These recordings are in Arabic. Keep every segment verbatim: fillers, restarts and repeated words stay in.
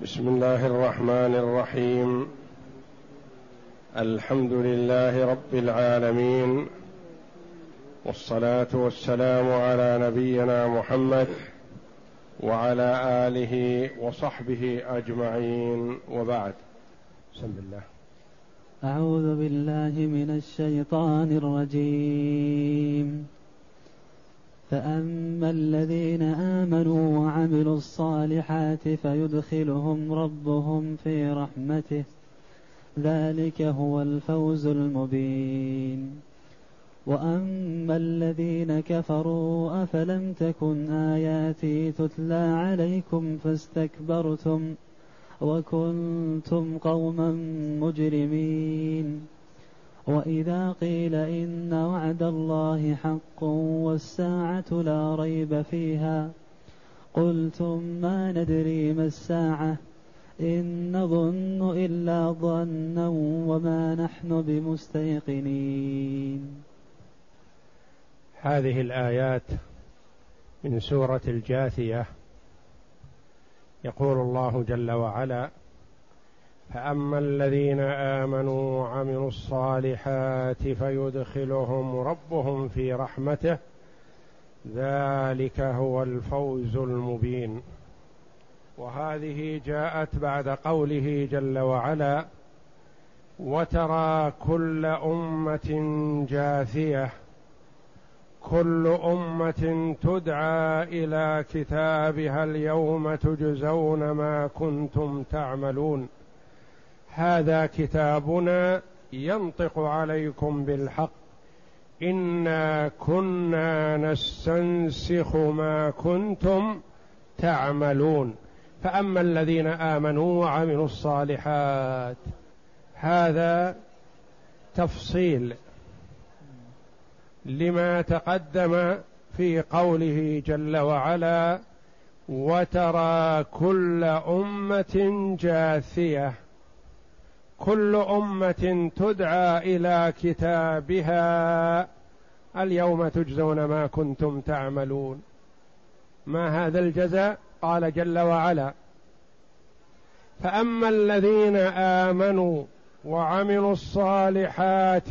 بسم الله الرحمن الرحيم. الحمد لله رب العالمين، والصلاة والسلام على نبينا محمد وعلى آله وصحبه أجمعين، وبعد. بسم الله. أعوذ بالله من الشيطان الرجيم. فأما الذين آمنوا وعملوا الصالحات فيدخلهم ربهم في رحمته، ذلك هو الفوز المبين. وأما الذين كفروا أفلم تكن آياتي تتلى عليكم فاستكبرتم وكنتم قوما مجرمين. وإذا قيل إن وعد الله حق والساعة لا ريب فيها قلتم ما ندري ما الساعة إن نظن إلا ظنا وما نحن بمستيقنين. هذه الآيات من سورة الجاثية. يقول الله جل وعلا: فأما الذين آمنوا وعملوا الصالحات فيدخلهم ربهم في رحمته، ذلك هو الفوز المبين. وهذه جاءت بعد قوله جل وعلا: وترى كل أمة جاثية، كل أمة تدعى إلى كتابها اليوم تجزون ما كنتم تعملون، هذا كتابنا ينطق عليكم بالحق إنا كنا نستنسخ ما كنتم تعملون. فأما الذين آمنوا وعملوا الصالحات، هذا تفصيل لما تقدم في قوله جل وعلا: وترى كل أمة جاثية، كل أمة تدعى إلى كتابها اليوم تجزون ما كنتم تعملون. ما هذا الجزاء؟ قال جل وعلا: فأما الذين آمنوا وعملوا الصالحات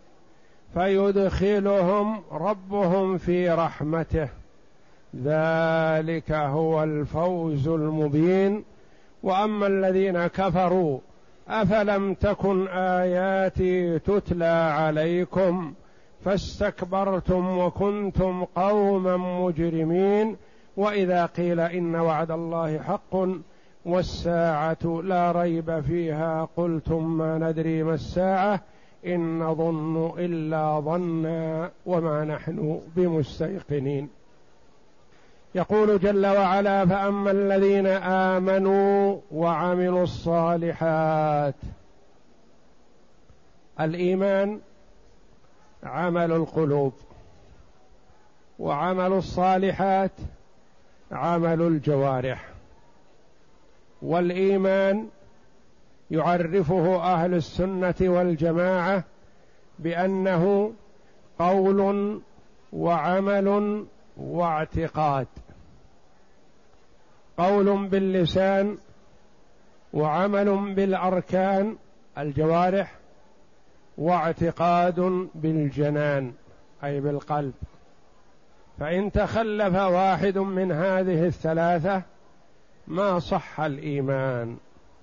فيدخلهم ربهم في رحمته، ذلك هو الفوز المبين. وأما الذين كفروا أفلم تكن آياتي تتلى عليكم فاستكبرتم وكنتم قوما مجرمين. وإذا قيل إن وعد الله حق والساعة لا ريب فيها قلتم ما ندري ما الساعة إن نظن إلا ظنا وما نحن بمستيقنين. يقول جل وعلا: فأما الذين آمنوا وعملوا الصالحات. الإيمان عمل القلوب، وعمل الصالحات عمل الجوارح. والإيمان يعرفه أهل السنة والجماعة بأنه قول وعمل واعتقاد، قول باللسان وعمل بالأركان الجوارح، واعتقاد بالجنان أي بالقلب. فإن تخلف واحد من هذه الثلاثة ما صح الإيمان.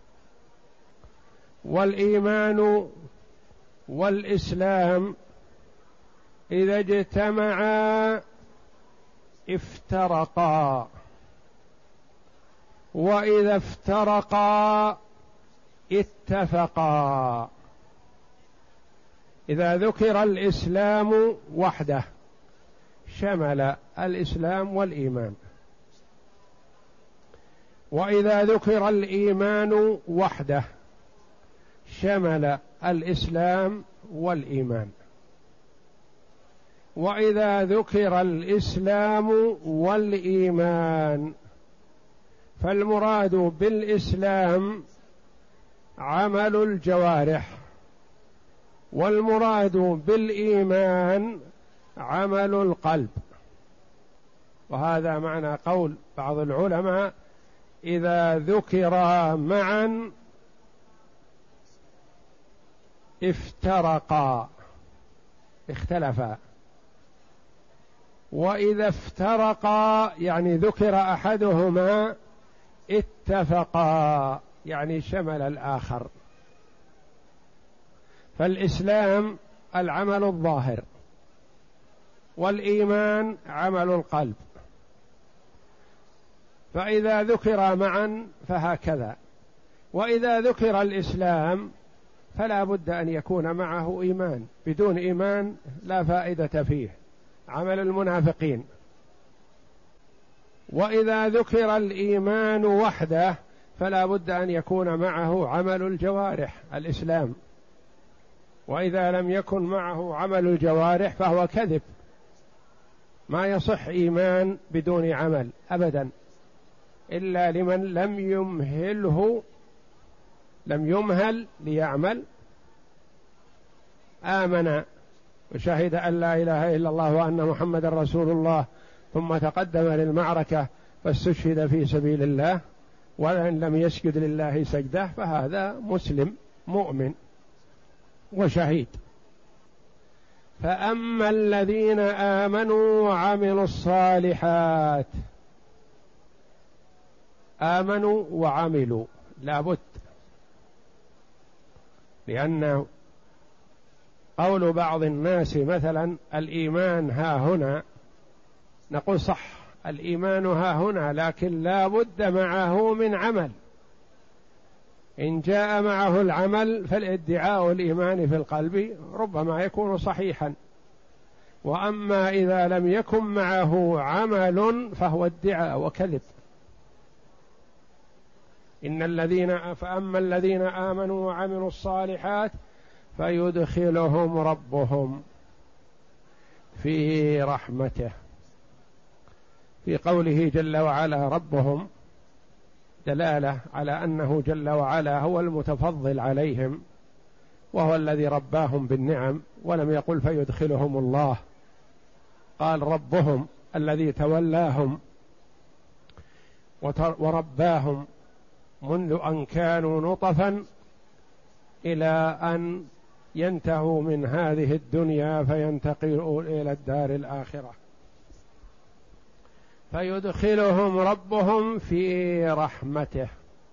والإيمان والإسلام إذا اجتمعا افترقا، وإذا افترقا اتفقا. إذا ذكر الإسلام وحده شمل الإسلام والإيمان، وإذا ذكر الإيمان وحده شمل الإسلام والإيمان، وإذا ذكر الإسلام والإيمان فالمراد بالإسلام عمل الجوارح، والمراد بالإيمان عمل القلب. وهذا معنى قول بعض العلماء: إذا ذكرا معا افترقا اختلفا، وإذا افترقا يعني ذكر أحدهما اتفقا يعني شمل الآخر. فالإسلام العمل الظاهر، والإيمان عمل القلب، فإذا ذكر معا فهكذا. وإذا ذكر الإسلام فلا بد أن يكون معه إيمان، بدون إيمان لا فائدة فيه، عمل المنافقين. وإذا ذكر الإيمان وحده فلا بد أن يكون معه عمل الجوارح الإسلام، وإذا لم يكن معه عمل الجوارح فهو كذب، ما يصح إيمان بدون عمل أبدا، إلا لمن لم يمهله لم يمهل ليعمل. آمن وشهد أن لا إله إلا الله وأن محمد رسول الله ثم تقدم للمعركة فاستشهد في سبيل الله وإن لم يسجد لله سجده فهذا مسلم مؤمن وشهيد. فأما الذين آمنوا وعملوا الصالحات، آمنوا وعملوا لابد، لأن قول بعض الناس مثلا الإيمان ها هنا، نقول صح الإيمان ها هنا، لكن لا بد معه من عمل. إن جاء معه العمل فالادعاء الإيمان في القلب ربما يكون صحيحا، وأما إذا لم يكن معه عمل فهو ادعاء وكذب. إن الذين فأما الذين آمنوا وعملوا الصالحات فيدخلهم ربهم في رحمته. في قوله جل وعلا ربهم دلالة على أنه جل وعلا هو المتفضل عليهم، وهو الذي رباهم بالنعم، ولم يقل فيدخلهم الله، قال ربهم الذي تولاهم ورباهم منذ أن كانوا نطفا إلى أن ينتهوا من هذه الدنيا فينتقلوا إلى الدار الآخرة. فيدخلهم ربهم في رحمته.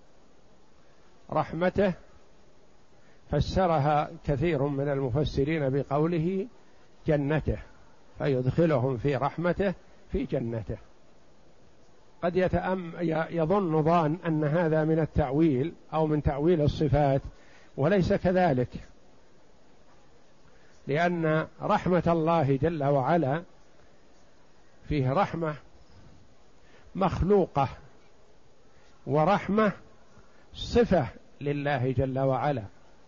رحمته فسرها كثير من المفسرين بقوله جنته، فيدخلهم في رحمته في جنته. قد يتأم يظن ظان أن هذا من التأويل أو من تأويل الصفات، وليس كذلك، لأن رحمة الله جل وعلا فيه رحمة مخلوقة ورحمة صفة لله جل وعلا.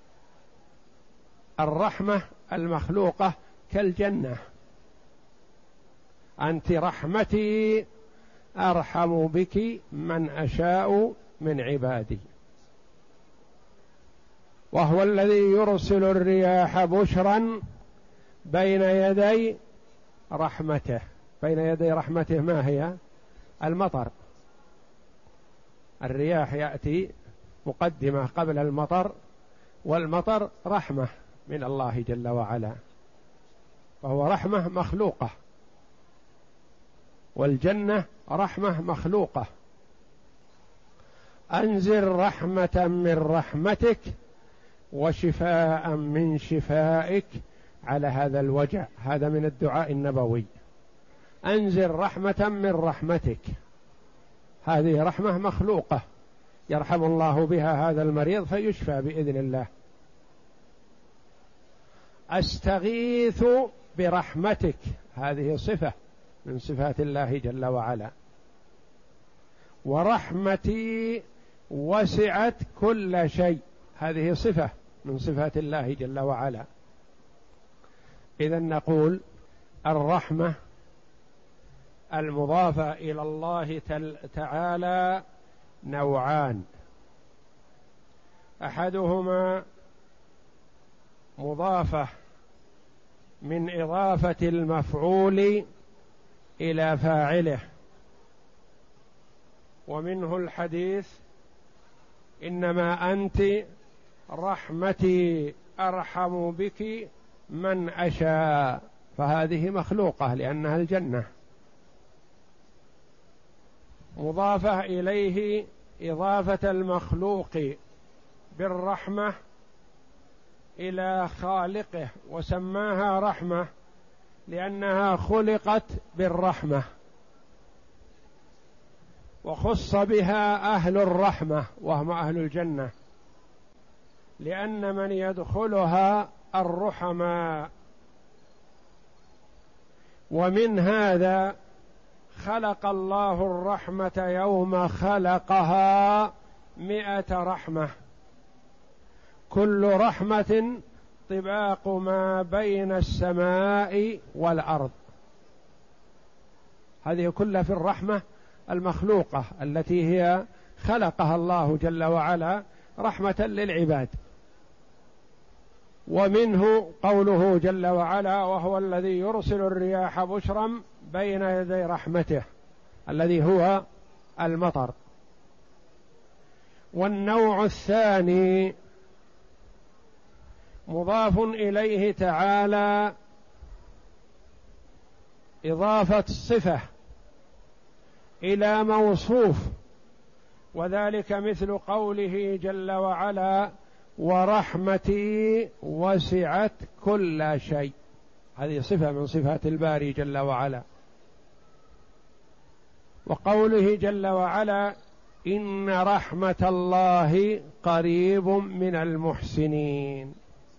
الرحمة المخلوقة كالجنة، أنت رحمتي أرحم بك من أشاء من عبادي، وهو الذي يرسل الرياح بشرا بين يدي رحمته. بين يدي رحمته ما هي؟ المطر. الرياح يأتي مقدمة قبل المطر، والمطر رحمة من الله جل وعلا، وهو رحمة مخلوقة، والجنة رحمة مخلوقة. أنزل رحمة من رحمتك وشفاء من شفائك على هذا الوجع. هذا من الدعاء النبوي، أنزل رحمة من رحمتك. هذه رحمة مخلوقة يرحم الله بها هذا المريض فيشفى بإذن الله. أستغيث برحمتك، هذه صفة من صفات الله جل وعلا. ورحمتي وسعت كل شيء، هذه صفة من صفات الله جل وعلا. إذن نقول الرحمة المضافة إلى الله تعالى نوعان، أحدهما مضافة من إضافة المفعول إلى فاعله، ومنه الحديث إنما أنت رحمتي أرحم بك من أشاء، فهذه مخلوقة لأنها الجنة، مضافة إليه إضافة المخلوق بالرحمة إلى خالقه، وسماها رحمة لأنها خلقت بالرحمة، وخص بها أهل الرحمة وهم أهل الجنة، لأن من يدخلها الرحماء. ومن هذا خلق الله الرحمة يوم خلقها مئة رحمة، كل رحمة طباق ما بين السماء والأرض، هذه كلها في الرحمة المخلوقة التي هي خلقها الله جل وعلا رحمة للعباد. ومنه قوله جل وعلا وهو الذي يرسل الرياح بشرا بين يدي رحمته، الذي هو المطر. والنوع الثاني مضاف إليه تعالى إضافة صفة إلى موصوف، وذلك مثل قوله جل وعلا ورحمتي وسعت كل شيء، هذه صفة من صفات الباري جل وعلا. وقوله جل وعلا إن رحمة الله قريب من المحسنين.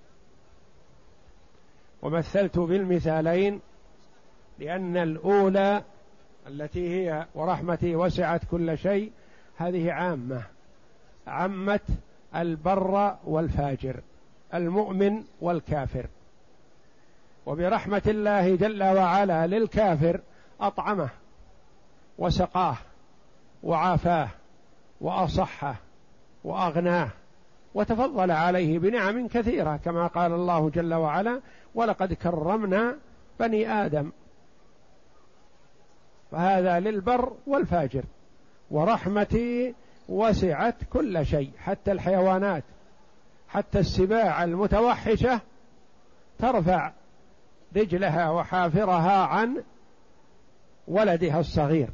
ومثلت بالمثالين لأن الأولى التي هي ورحمتي وسعت كل شيء هذه عامة، عمت البر والفاجر، المؤمن والكافر. وبرحمة الله جل وعلا للكافر أطعمه وسقاه وعافاه وأصحه وأغناه وتفضل عليه بنعم كثيرة، كما قال الله جل وعلا ولقد كرمنا بني آدم، فهذا للبر والفاجر. ورحمتي وسعت كل شيء، حتى الحيوانات، حتى السباع المتوحشة ترفع رجلها وحافرها عن ولدها الصغير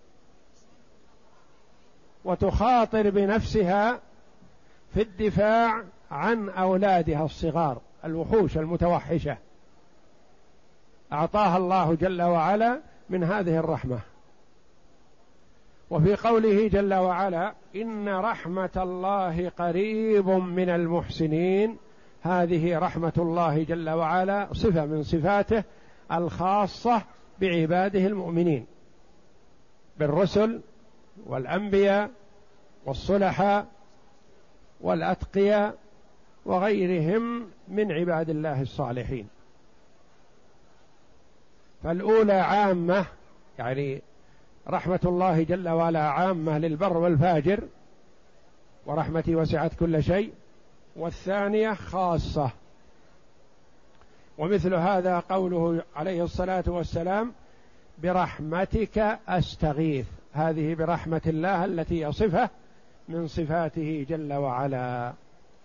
وتخاطر بنفسها في الدفاع عن أولادها الصغار، الوحوش المتوحشة أعطاها الله جل وعلا من هذه الرحمة. وفي قوله جل وعلا إن رحمة الله قريب من المحسنين، هذه رحمة الله جل وعلا صفة من صفاته الخاصة بعباده المؤمنين، بالرسل والأنبياء والصلحاء والأتقياء وغيرهم من عباد الله الصالحين. فالأولى عامة، يعني رحمة الله جل وعلا عامة للبر والفاجر، ورحمتي وسعت كل شيء. والثانية خاصة، ومثل هذا قوله عليه الصلاة والسلام برحمتك أستغيث، هذه برحمة الله التي يصفه من صفاته جل وعلا.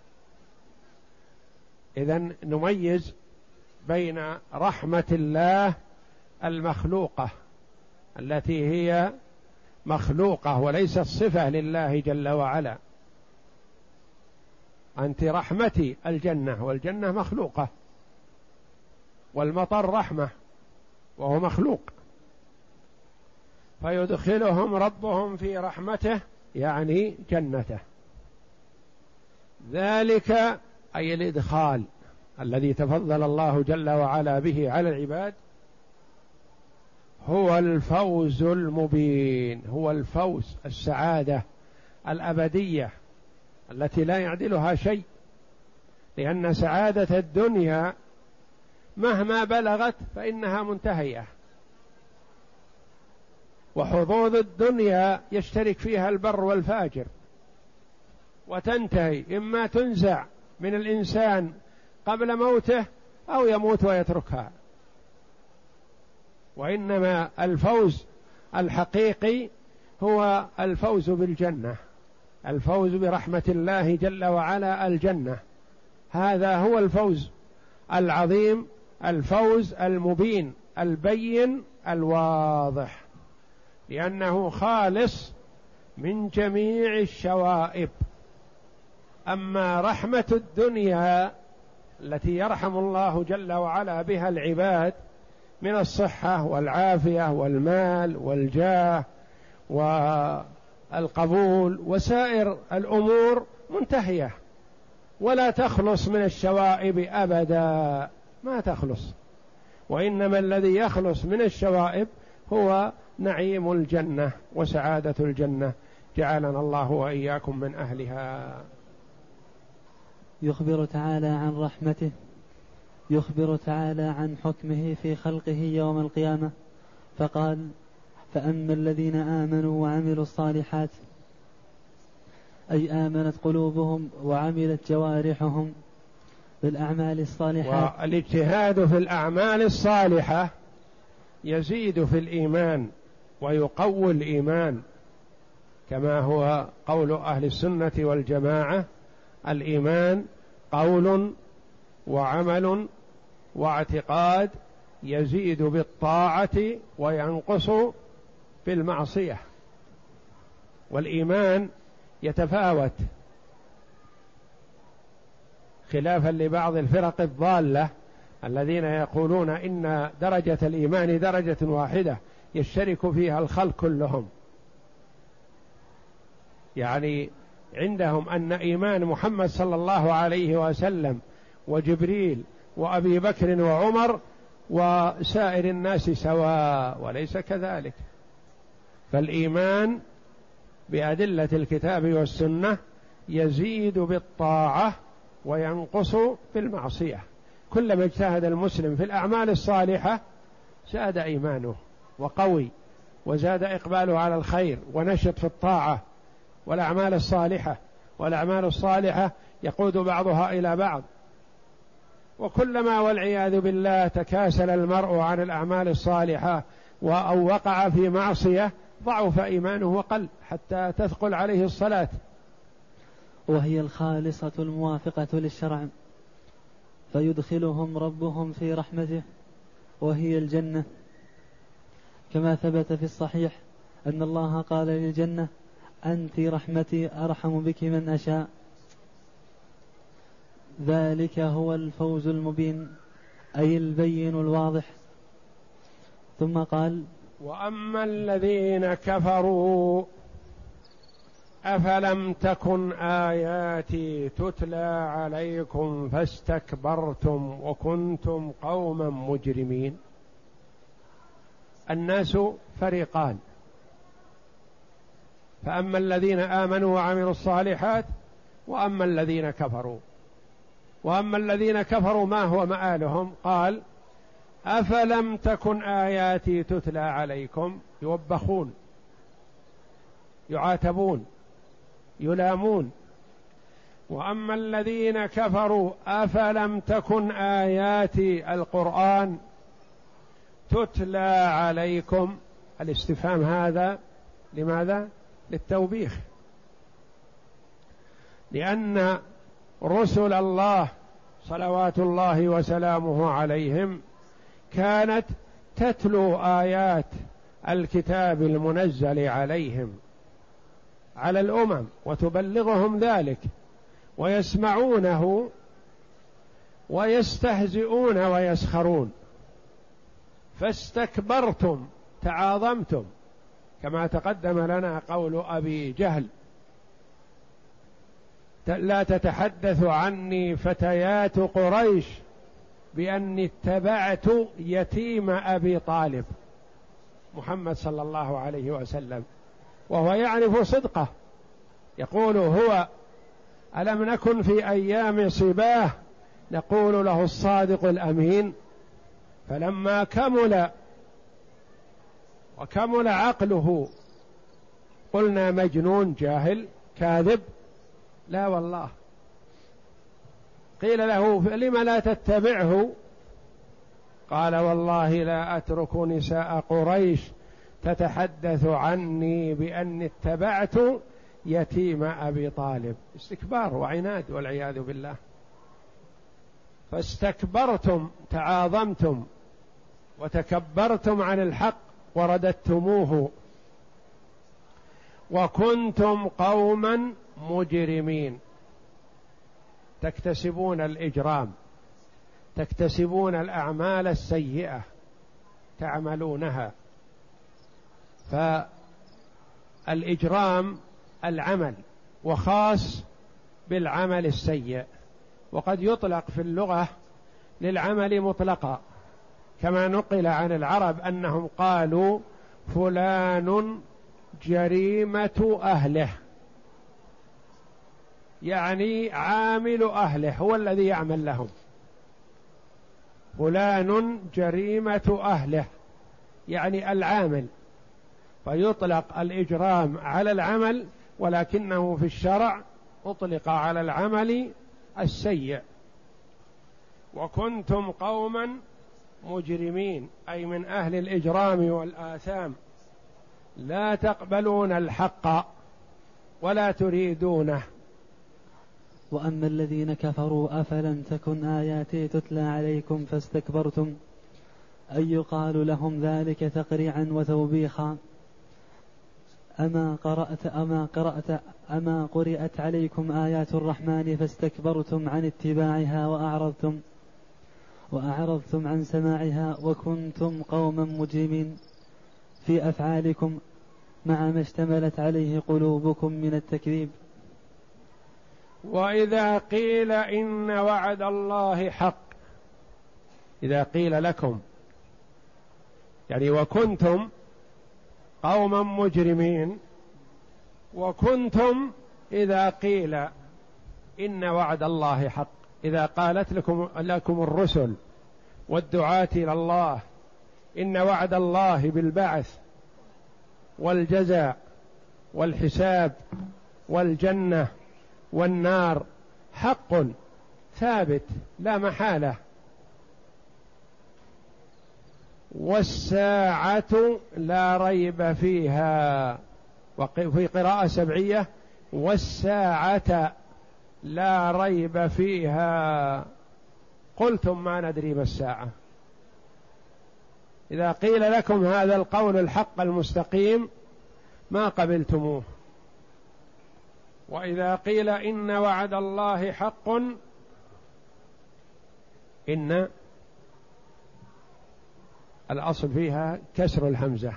إذن نميز بين رحمة الله المخلوقة التي هي مخلوقة وليست صفة لله جل وعلا، أنت رحمتي الجنة، والجنة مخلوقة، والمطر رحمة وهو مخلوق، فيدخلهم ربهم في رحمته يعني جنته. ذلك أي الإدخال الذي تفضل الله جل وعلا به على العباد هو الفوز المبين، هو الفوز، السعادة الأبدية التي لا يعدلها شيء، لأن سعادة الدنيا مهما بلغت فإنها منتهية، وحظوظ الدنيا يشترك فيها البر والفاجر وتنتهي، إما تنزع من الإنسان قبل موته أو يموت ويتركها. وإنما الفوز الحقيقي هو الفوز بالجنة، الفوز برحمة الله جل وعلا الجنة، هذا هو الفوز العظيم، الفوز المبين البين الواضح، لأنه خالص من جميع الشوائب. أما رحمة الدنيا التي يرحم الله جل وعلا بها العباد من الصحة والعافية والمال والجاه والقبول وسائر الأمور منتهية، ولا تخلص من الشوائب أبدا، ما تخلص. وإنما الذي يخلص من الشوائب هو نعيم الجنة وسعادة الجنة، جعلنا الله وإياكم من أهلها. يخبر تعالى عن رحمته، يخبر تعالى عن حكمه في خلقه يوم القيامة، فقال: فأما الذين آمنوا وعملوا الصالحات، أي آمنت قلوبهم وعملت جوارحهم بالأعمال الصالحات. والاجتهاد في الأعمال الصالحة يزيد في الإيمان ويقوي الإيمان، كما هو قول أهل السنة والجماعة: الإيمان قول وعمل واعتقاد، يزيد بالطاعة وينقص بالمعصية. والإيمان يتفاوت، خلافا لبعض الفرق الضالة الذين يقولون إن درجة الإيمان درجة واحدة يشترك فيها الخلق كلهم، يعني عندهم أن إيمان محمد صلى الله عليه وسلم وجبريل وأبي بكر وعمر وسائر الناس سواء، وليس كذلك. فالإيمان بأدلة الكتاب والسنة يزيد بالطاعة وينقص بالمعصية. كلما اجتهد المسلم في الأعمال الصالحة زاد إيمانه وقوي، وزاد إقباله على الخير ونشط في الطاعة والأعمال الصالحة، والأعمال الصالحة يقود بعضها إلى بعض. وكلما والعياذ بالله تكاسل المرء عن الأعمال الصالحة أو وقع في معصية ضعف إيمانه وقل حتى تثقل عليه الصلاة. وهي الخالصة الموافقة للشرع، فيدخلهم ربهم في رحمته، وهي الجنة، كما ثبت في الصحيح أن الله قال للجنة: أنت رحمتي أرحم بك من أشاء. ذلك هو الفوز المبين، أي البين الواضح. ثم قال: وأما الذين كفروا أفلم تكن آياتي تتلى عليكم فاستكبرتم وكنتم قوما مجرمين. الناس فريقان: فأما الذين آمنوا وعملوا الصالحات، وأما الذين كفروا. وأما الذين كفروا ما هو مآلهم؟ قال: أفلم تكن آياتي تتلى عليكم، يوبخون، يعاتبون، يلامون. وأما الذين كفروا أفلم تكن آياتي القرآن تتلى عليكم. الاستفهام هذا لماذا؟ للتوبيخ، لأن رسل الله صلوات الله وسلامه عليهم كانت تتلو آيات الكتاب المنزل عليهم على الأمم وتبلغهم ذلك، ويسمعونه ويستهزئون ويسخرون. فاستكبرتم، تعاظمتم، كما تقدم لنا قول أبي جهل: لا تتحدث عني فتيات قريش بأني اتبعت يتيم أبي طالب، محمد صلى الله عليه وسلم، وهو يعرف صدقه، يقول هو: ألم نكن في أيام صباه نقول له الصادق الأمين، فلما كمل وكمل عقله قلنا مجنون جاهل كاذب. لا والله. قيل له: لم لا تتبعه؟ قال: والله لا أترك نساء قريش تتحدث عني بأني اتبعت يتيم أبي طالب. استكبار وعناد والعياذ بالله. فاستكبرتم، تعاظمتم وتكبرتم عن الحق ورددتموه، وكنتم قوما مجرمين، تكتسبون الإجرام، تكتسبون الأعمال السيئة تعملونها. فالإجرام العمل، وخاص بالعمل السيء، وقد يطلق في اللغة للعمل مطلقا، كما نقل عن العرب أنهم قالوا فلان جريمة أهله، يعني عامل أهله هو الذي يعمل لهم. فلان جريمة أهله يعني العامل، فيطلق الإجرام على العمل، ولكنه في الشرع أطلق على العمل السيء. وكنتم قوما مجرمين، أي من أهل الإجرام والآثام، لا تقبلون الحق ولا تريدونه. وأما الذين كفروا أفلم تكن آياتي تتلى عليكم فاستكبرتم، أي يقال لهم ذلك تقريعا وتوبيخا. أما قرأت أما قرأت أما قرأت عليكم آيات الرحمن فاستكبرتم عن اتباعها وأعرضتم وأعرضتم عن سماعها وكنتم قوما مجرمين في أفعالكم مع ما اشتملت عليه قلوبكم من التكذيب. وإذا قيل إن وعد الله حق، إذا قيل لكم يعني وكنتم قوما مجرمين، وكنتم إذا قيل إن وعد الله حق، إذا قالت لكم, لكم الرسل والدعاة إلى الله إن وعد الله بالبعث والجزاء والحساب والجنة والنار حق ثابت لا محالة، والساعة لا ريب فيها، وفي قراءة سبعية والساعة لا ريب فيها، قلتم ما ندري ما الساعة. إذا قيل لكم هذا القول الحق المستقيم ما قبلتموه. وإذا قيل إن وعد الله حق، إن الأصل فيها كسر الهمزة،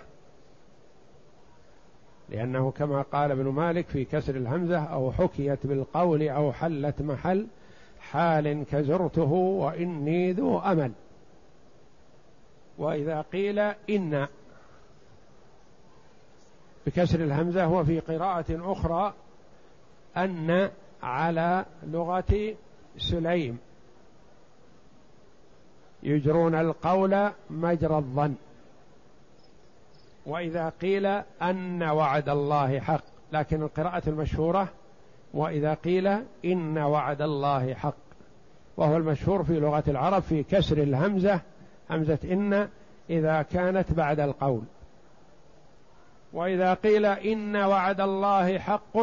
لأنه كما قال ابن مالك في كسر الهمزة أو حكيت بالقول أو حلت محل حال كزرته وإني ذو أمل. وإذا قيل إن بكسر الهمزة، وفي قراءة أخرى أن على لغة سليم يجرون القول مجرى الظن. وإذا قيل أن وعد الله حق، لكن القراءة المشهورة وإذا قيل إن وعد الله حق، وهو المشهور في لغة العرب في كسر الهمزة، همزة إن إذا كانت بعد القول. وإذا قيل إن وعد الله حق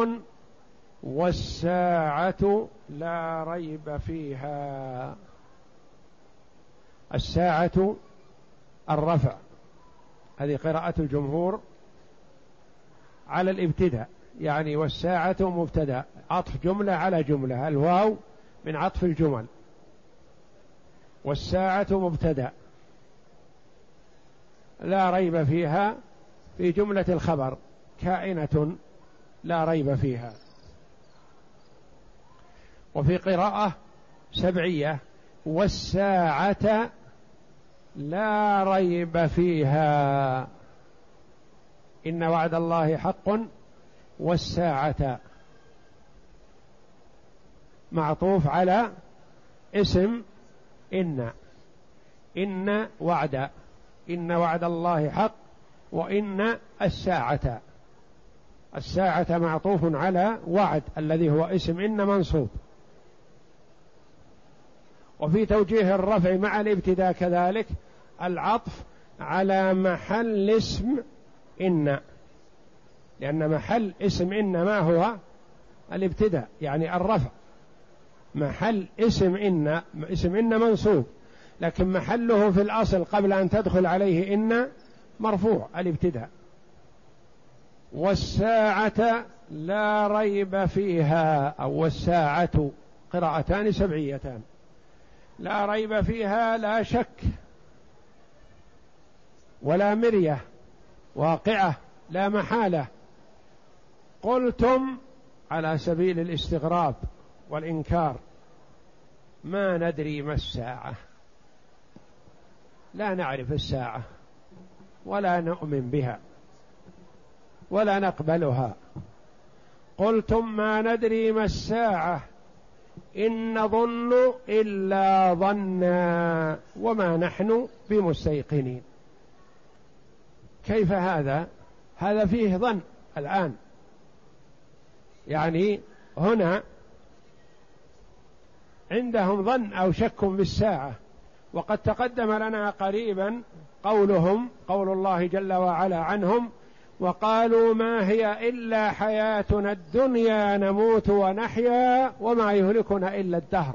والساعة لا ريب فيها، الساعة الرفع، هذه قراءة الجمهور على الابتداء، يعني والساعة مبتدأ، عطف جملة على جملة، الواو من عطف الجمل، والساعة مبتدأ لا ريب فيها في جملة الخبر كائنة لا ريب فيها. وفي قراءة سبعية والساعة لا ريب فيها، إن وعد الله حق والساعة معطوف على اسم إن، إن وعد، إن وعد الله حق، وإن الساعة، الساعة معطوف على وعد الذي هو اسم إن منصوب. وفي توجيه الرفع مع الابتداء كذلك العطف على محل اسم إن، لأن محل اسم إن ما هو الابتداء يعني الرفع، محل اسم إن، اسم إن منصوب، لكن محله في الأصل قبل أن تدخل عليه إن مرفوع الابتداء. والساعة لا ريب فيها، أو والساعة، قراءتان سبعيتان، لا ريب فيها لا شك ولا مرية، واقعة لا محالة. قلتم على سبيل الاستغراب والإنكار، ما ندري ما الساعة، لا نعرف الساعة ولا نؤمن بها ولا نقبلها. قلتم ما ندري ما الساعة إن نظن إلا ظنا وما نحن بمستيقنين. كيف هذا؟ هذا فيه ظن الآن، يعني هنا عندهم ظن أو شك بالساعة. وقد تقدم لنا قريبا قولهم، قول الله جل وعلا عنهم: وقالوا ما هي إلا حياتنا الدنيا نموت ونحيا وما يهلكنا إلا الدهر.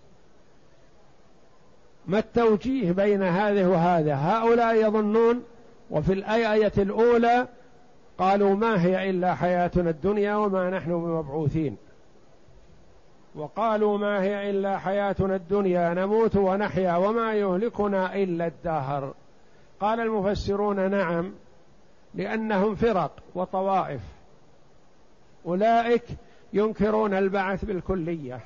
ما التوجيه بين هذه وهذا؟ هؤلاء يظنون، وفي الآية الأولى قالوا ما هي إلا حياتنا الدنيا وما نحن بمبعوثين، وقالوا ما هي إلا حياتنا الدنيا نموت ونحيا وما يهلكنا إلا الدهر. قال المفسرون: نعم، لأنهم فرق وطوائف، أولئك ينكرون البعث بالكلية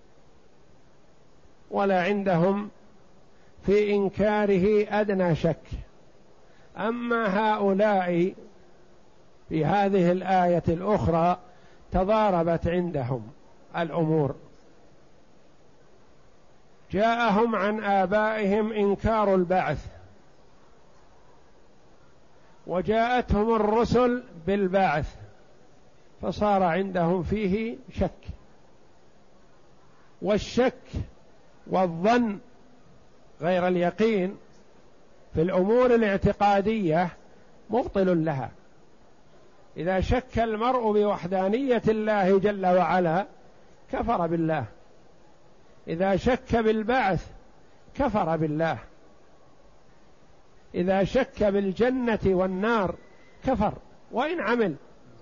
ولا عندهم في إنكاره أدنى شك. أما هؤلاء في هذه الآية الأخرى تضاربت عندهم الأمور، جاءهم عن آبائهم إنكار البعث، وجاءتهم الرسل بالبعث، فصار عندهم فيه شك. والشك والظن غير اليقين في الأمور الاعتقادية مبطل لها. إذا شك المرء بوحدانية الله جل وعلا كفر بالله، إذا شك بالبعث كفر بالله، إذا شك بالجنة والنار كفر وإن عمل.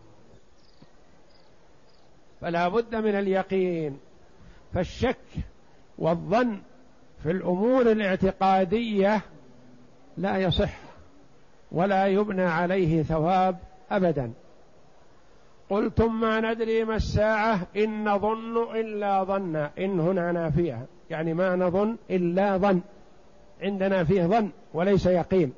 فلا بد من اليقين. فالشك والظن في الأمور الاعتقادية لا يصح ولا يبنى عليه ثواب أبدا. قلتم ما ندري ما الساعة إن نظن إلا ظنا، إن هنا نافية، يعني ما نظن إلا ظن، عندنا فيه ظن وليس يقين.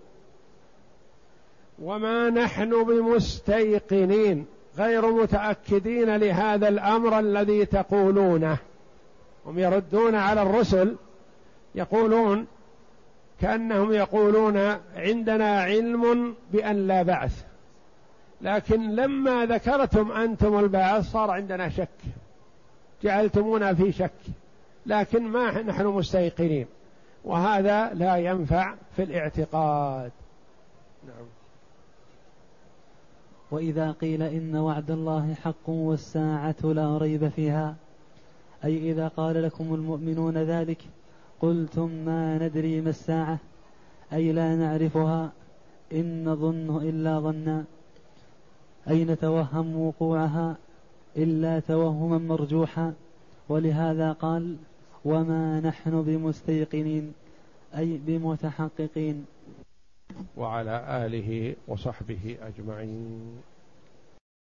وما نحن بمستيقنين، غير متأكدين لهذا الأمر الذي تقولونه. هم يردون على الرسل، يقولون كأنهم يقولون عندنا علم بأن لا بعث، لكن لما ذكرتم أنتم البعث صار عندنا شك، جعلتمونا في شك، لكن ما نحن مستيقنين، وهذا لا ينفع في الاعتقاد. نعم. وإذا قيل إن وعد الله حق والساعة لا ريب فيها، أي إذا قال لكم المؤمنون ذلك قلتم ما ندري ما الساعة، أي لا نعرفها، إن نظن إلا ظنا، أي نتوهم وقوعها إلا توهما مرجوحا. ولهذا قال وما نحن بمستيقنين، أي بمتحققين. وعلى آله وصحبه أجمعين.